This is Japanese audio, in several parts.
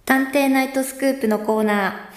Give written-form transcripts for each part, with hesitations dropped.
探偵ナイトスクープのコーナ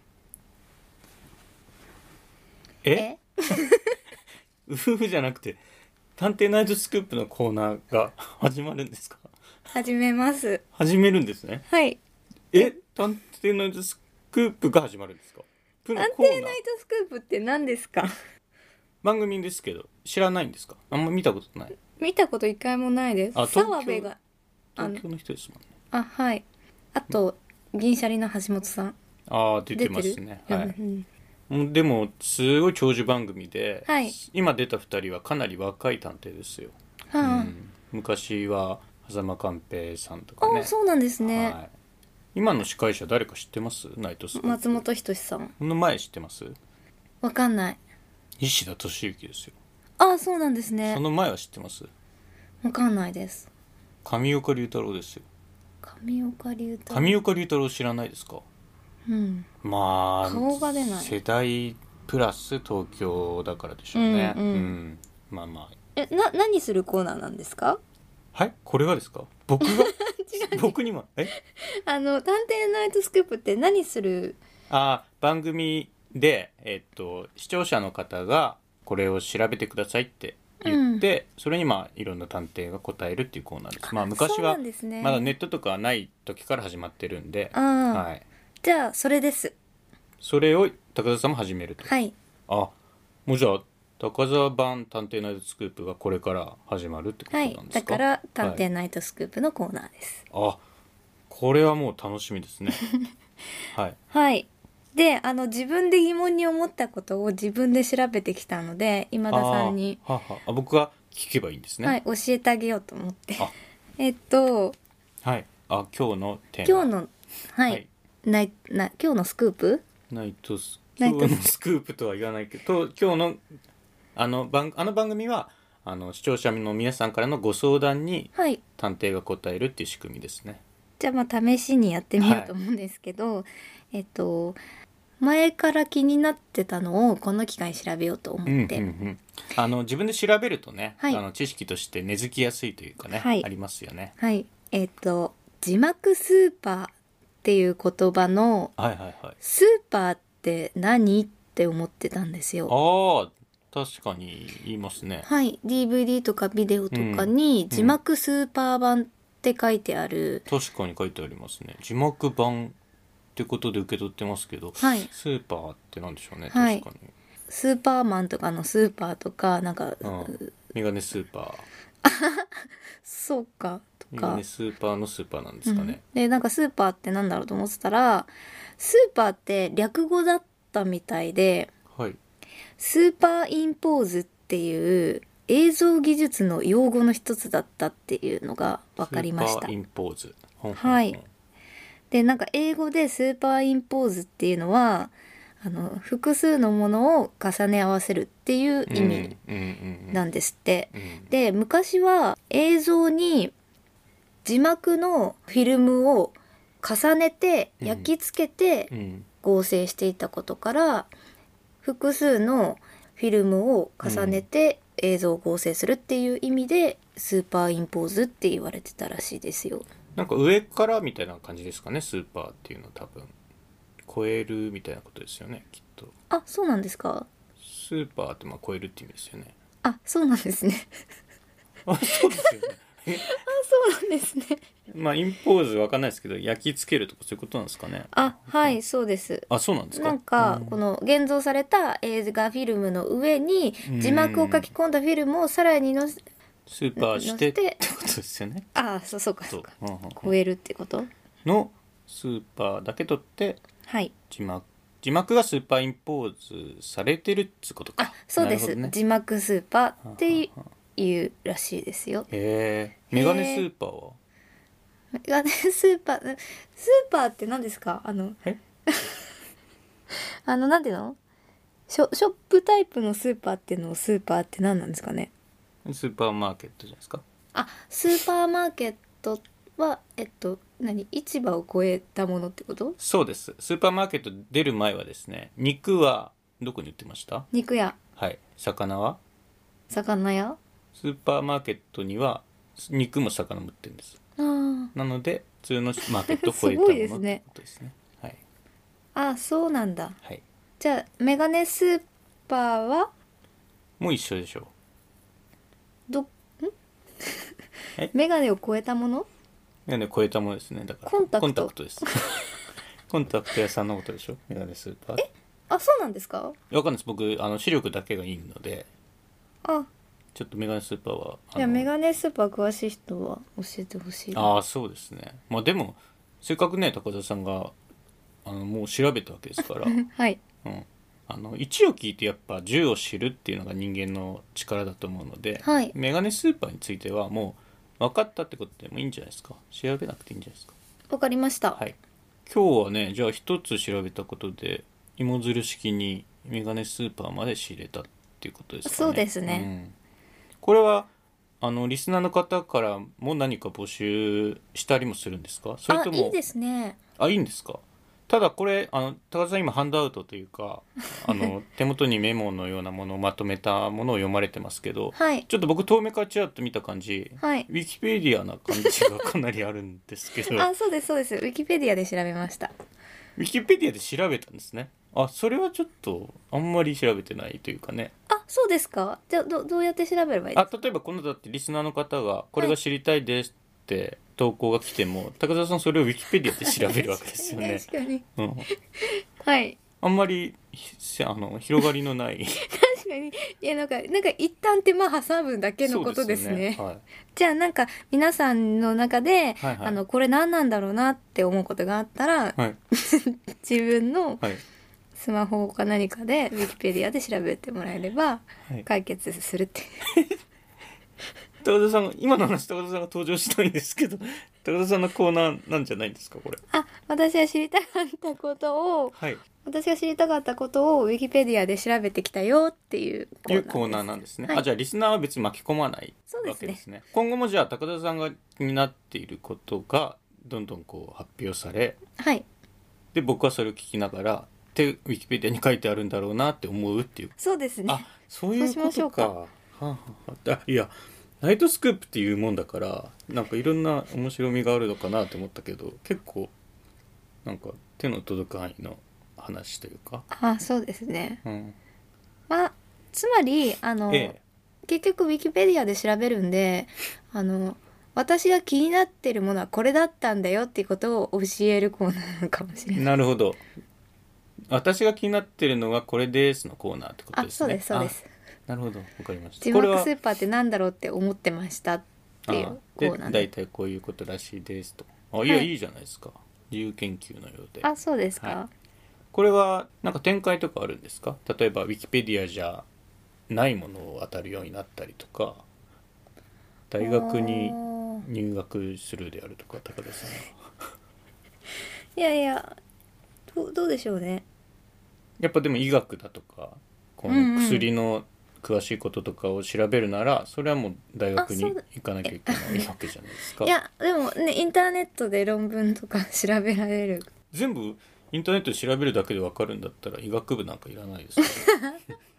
ー。 えうふふじゃなくて探偵ナイトスクープのコーナーが始まるんですか？ 始めます。 始めるんですね。 はい。 探偵ナイトスクープが始まるんですか？プの探偵コーナーナイトスクープって何ですか？ 番組ですけど知らないんですか？あんま見たことない。 見たこと一回もないです。 あ、 澤部が。 東京の人ですもんね。 はい。あと、銀シャリの橋本さん。 ああ、出てますね。はい。 うんでもすごい長寿番組で、 はい。 今出た2人はかなり若い探偵ですよ。 は昔は狭間寛平さんとあ。 かね。 そうなんですね。 はい。今の司会者誰か知ってます？ナイトスクープ。 松本人志さん。 この前知ってます？ わかんない。 西田敏行ですよ。 そうなんですそね。 の前は知ってます？ わかんないです。 上岡龍太郎ですよ。 上岡龍太郎。 上岡龍太郎知らないですか？ うん。 まあ顔が出ない。 世代プラス東京だからでしょうね。まあまあ。 何するコーナーなんですか？ はい、これがですか？僕が僕にも探偵ナイトスクープって何する？ 番組で視聴者の方がこれを調べてくださいって言って、それにいろんな探偵が答えるっていうコーナーです。昔そうなはんですね。 まだネットとかない時から始まってるんで、 はい。じゃあそれです。 それを高田さんも始めると。 はい。 もうじゃあ高澤版探偵ナイトスクープがこれから始まるってことなんですか？ だから探偵ナイトスクープのコーナーです。 これはもう楽しみですね。はい。 はい。で、自分で疑問に思ったことを自分で調べてきたので、今田さんに、 僕が聞けばいいんですね。 はい、教えてあげようと思って。 はい。今日のテーマ。 今日の、はい、今日のスクープ？ 今日のスクープとは言わないけど、今日のあの番組は視聴者の皆さんからのご相談に探偵が答えるっていう仕組みですね。 じゃあ試しにやってみようと思うんですけど、前から気になってたのをこの機会に調べようと思って、 自分で調べるとね、 はい、 知識として根付きやすいというかね、 はい、 ありますよね。 はい。字幕スーパーっていう言葉の、スーパーって何って思ってたんですよ。 確かに言いますね。 はい。DVD とかビデオとかに字幕スーパー版って書いてある。 確かに書いてありますね。字幕版ってことで受け取ってますけど、 はい、 スーパーってなんでしょうね。 はい、 確かに。 スーパーマンとかのスーパーとかメガネスーパー。 そうかとか。 メガネスーパーのスーパーなんですかね。 でスーパーってなんだろうと思ってたら、スーパーって略語だったみたいで、スーパーインポーズっていう映像技術の用語の一つだったっていうのが分かりました。 スーパーインポーズ。 はい。で英語でスーパーインポーズっていうのは複数のものを重ね合わせるっていう意味なんですって。で昔は映像に字幕のフィルムを重ねて焼き付けて合成していたことから、複数のフィルムを重ねて映像を合成するっていう意味でスーパーインポーズって言われてたらしいですよ。 なんか上からみたいな感じですかね。スーパーっていうのは多分超えるみたいなことですよね、きっと。 そうなんですか？ スーパーって超えるって意味ですよね。 そうなんですね。 そうですよね。 そうなんですね。 インポーズわかんないですけど、焼き付けるとかそういうことなんですかね。 はい、そうです。 そうなんですか。 この現像された映画フィルムの上に字幕を書き込んだフィルムをさらにスーパーしてってことですよね。 そうか。超えるってことのスーパーだけ取って、字幕がスーパーインポーズされてるってことか。 そうです、ね、字幕スーパーっていうらしいですよ。 メガネスーパーは？ メガネスーパーって何ですか？なんていうの？ショップタイプのスーパーっていうのをスーパーって何なんですかね？ スーパーマーケットじゃないですか。 スーパーマーケットは市場を超えたものってこと？ そうです。スーパーマーケット出る前はですね、肉はどこに売ってました？ 肉屋。 魚は？ 魚屋。 スーパーマーケットには肉も魚も売ってるんです。 なので普通のマーケットを超えたものってことですね。はい。 あ、そうなんだ。 はい。 じゃあメガネスーパーはもう一緒でしょう。 メガネを超えたもの？ メガネを超えたものですね。だからコンタクトです。コンタクト屋さんのことでしょ、メガネスーパー。 あ、そうなんですか？ わかんないです。僕視力だけがいいので、 あ、 ちょっとメガネスーパーはじゃあメガネスーパー詳しい人は教えてほしい。 ああ、そうですね。まあでもせっかくね高田さんがもう調べたわけですからはい。 うん、1を聞いてやっぱ10を知るっていうのが人間の力だと思うので、 はい、 メガネスーパーについてはもう分かったってことでもいいんじゃないですか。調べなくていいんじゃないですか。 わかりました。 はい。今日はねじゃあ一つ調べたことで芋づる式にメガネスーパーまで仕入れたっていうことですかね。 そうですね。 これはリスナーの方からも何か募集したりもするんですか？それともいいですね。 いいんですか？ただこれ高田さん今ハンドアウトというか手元にメモのようなものをまとめたものを読まれてますけど、 はい、 ちょっと僕遠目からちらっと見た感じ、 はい、 ウィキペディアな感じがかなりあるんですけどあ、そうですそうです。ウィキペディアで調べました。 ウィキペディアで調べたんですね。それはちょっとあんまり調べてないというかね。 あ、そうですか。じゃあどうやって調べればいいですか？ 例えばこのだってリスナーの方がこれが知りたいですって投稿が来ても、高田さんそれをウィキペディアで調べるわけですよね。 確かに。 うん、 はい。 あんまり広がりのない確かに。いや、なんか一旦手間挟むだけのことですね。 はい、 じゃあ皆さんの中で、 はいはい、 これ何なんだろうなって思うことがあったら、 はい、 自分のはい、 スマホか何かでウィキペディアで調べてもらえればはい解決するって。 高田さん今の話高田さんが登場したいんですけど高田さんのコーナーなんじゃないんですかこれ。 私が知りたかったことを、 はい、 私が知りたかったことをウィキペディアで調べてきたよっていうコーナーなんですね。 はい、 じゃあリスナーは別に巻き込まないわけですね。今後もじゃあ高田さんが気になっていることがどんどんこう発表され、 はい、 で僕はそれを聞きながらでウィキペディアに書いてあるんだろうなって思うっていう。 そうですね。 そういうことか。いやナイトスクープっていうもんだからなんかいろんな面白みがあるのかなと思ったけど結構なんか手の届く範囲の話というか。 そうですね。 うん、 つまり結局ウィキペディアで調べるんで私が気になってるものはこれだったんだよっていうことを教えるコーナーなのかもしれない。 なるほど。私が気になってるのがこれですのコーナーってことですね。 そうですそうです。 なるほど、わかりました。 字幕スーパーってなんだろうって思ってましたっていうコーナーで。 だいたいこういうことらしいですと。いいじゃないですか。自由研究のようで。 そうですか、はい、 これはなんか展開とかあるんですか？例えばウィキペディアじゃないものを当たるようになったりとか、大学に入学するであるとか、高田さんは。 いやいや、どうでしょうね。 やっぱでも医学だとかこの薬の詳しいこととかを調べるなら、それはもう大学に行かなきゃいけないわけじゃないですか。 いやでもね、インターネットで論文とか調べられる。 全部インターネットで調べるだけで分かるんだったら医学部なんかいらないですから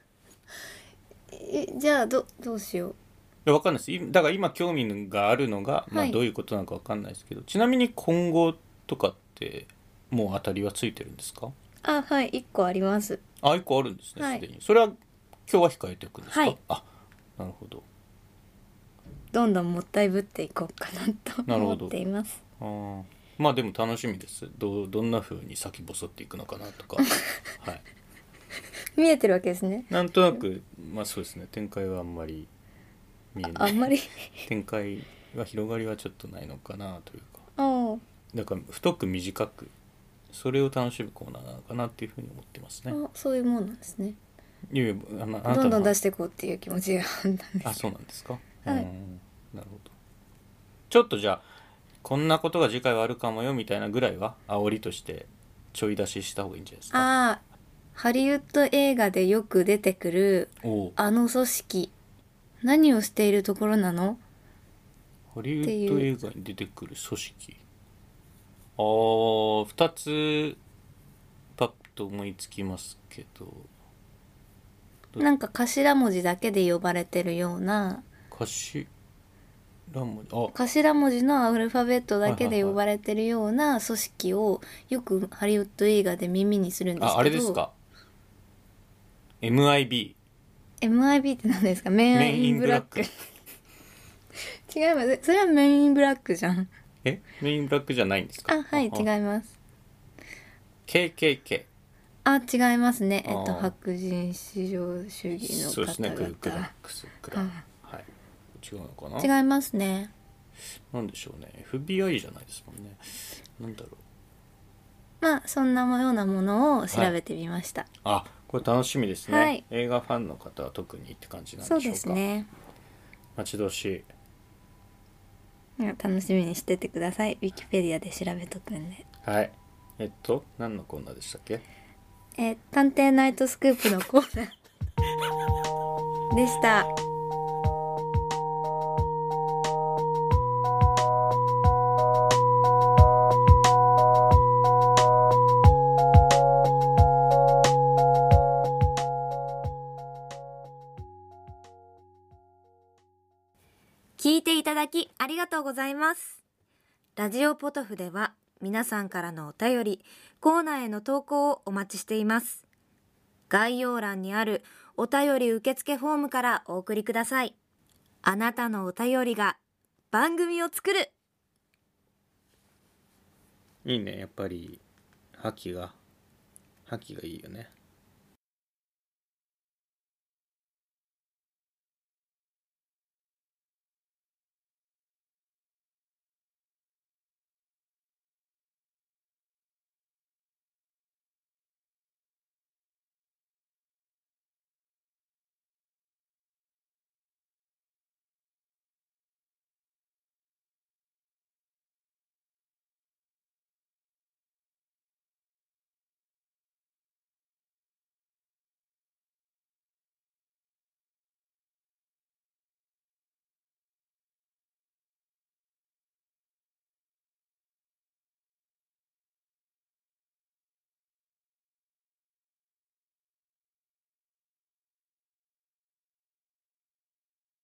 じゃあどうしよう。 分かんないです。だから今興味があるのが、どういうことなのか分かんないですけど、ちなみに今後とかってもう当たりはついてるんですか？ はい、1個あります。 1個あるんですね、すでに。それは今日は控えておくんですか？ はい、 なるほど。 どんどんもったいぶっていこうかなと思っています。 まあでも楽しみです。どんな風に先細っていくのかなとかはい、 見えてるわけですね。 なんとなくそうですね、展開はあんまり見えない。 あんまり展開は広がりはちょっとないのかなというか、だから太く短くそれを楽しむコーナーなのかなっていうふうに思ってますね。 そういうもんなんですね。 いやどんどん出していこうっていう気持ちがあったんですけど。 そうなんですか。 はい、 なるほど。ちょっとじゃあこんなことが次回はあるかもよみたいなぐらいは煽りとしてちょい出しした方がいいんじゃないですか。 ハリウッド映画でよく出てくるあの組織、何をしているところなの？ ハリウッド映画に出てくる組織、2つパッと思いつきますけど、 なんか頭文字だけで呼ばれてるような。 頭文字のアルファベットだけで呼ばれてるような組織をよくハリウッド映画で耳にするんですけど。 あれですか。 MIB。 MIB って何ですか。メンインブラック。違います。それはメンインブラックじゃん。 メンインブラックじゃないんですか。 あ、はい、違います。 KKK。 あ、違いますね。白人至上主義の方々。そうですね。 クラックスクラ、はい、違うのかな。 違いますね。 なんでしょうね。FBI じゃないですもんね。なんだろう。 まあそんなようなものを調べてみました。 はい、これ楽しみですね、 はい、 映画ファンの方は特にって感じなんでしょうか。 そうですね。 待ち遠しい。 楽しみにしててください。ウィキペディアで調べとくんで。 はい。何のコーナーでしたっけ。 探偵ナイトスクープのコーナーでした。聞いていただきありがとうございます。ラジオポトフでは皆さんからのお便り、コーナーへの投稿をお待ちしています。概要欄にあるお便り受付フォームからお送りください。あなたのお便りが番組を作る。 いいね、やっぱり覇気がいいよね。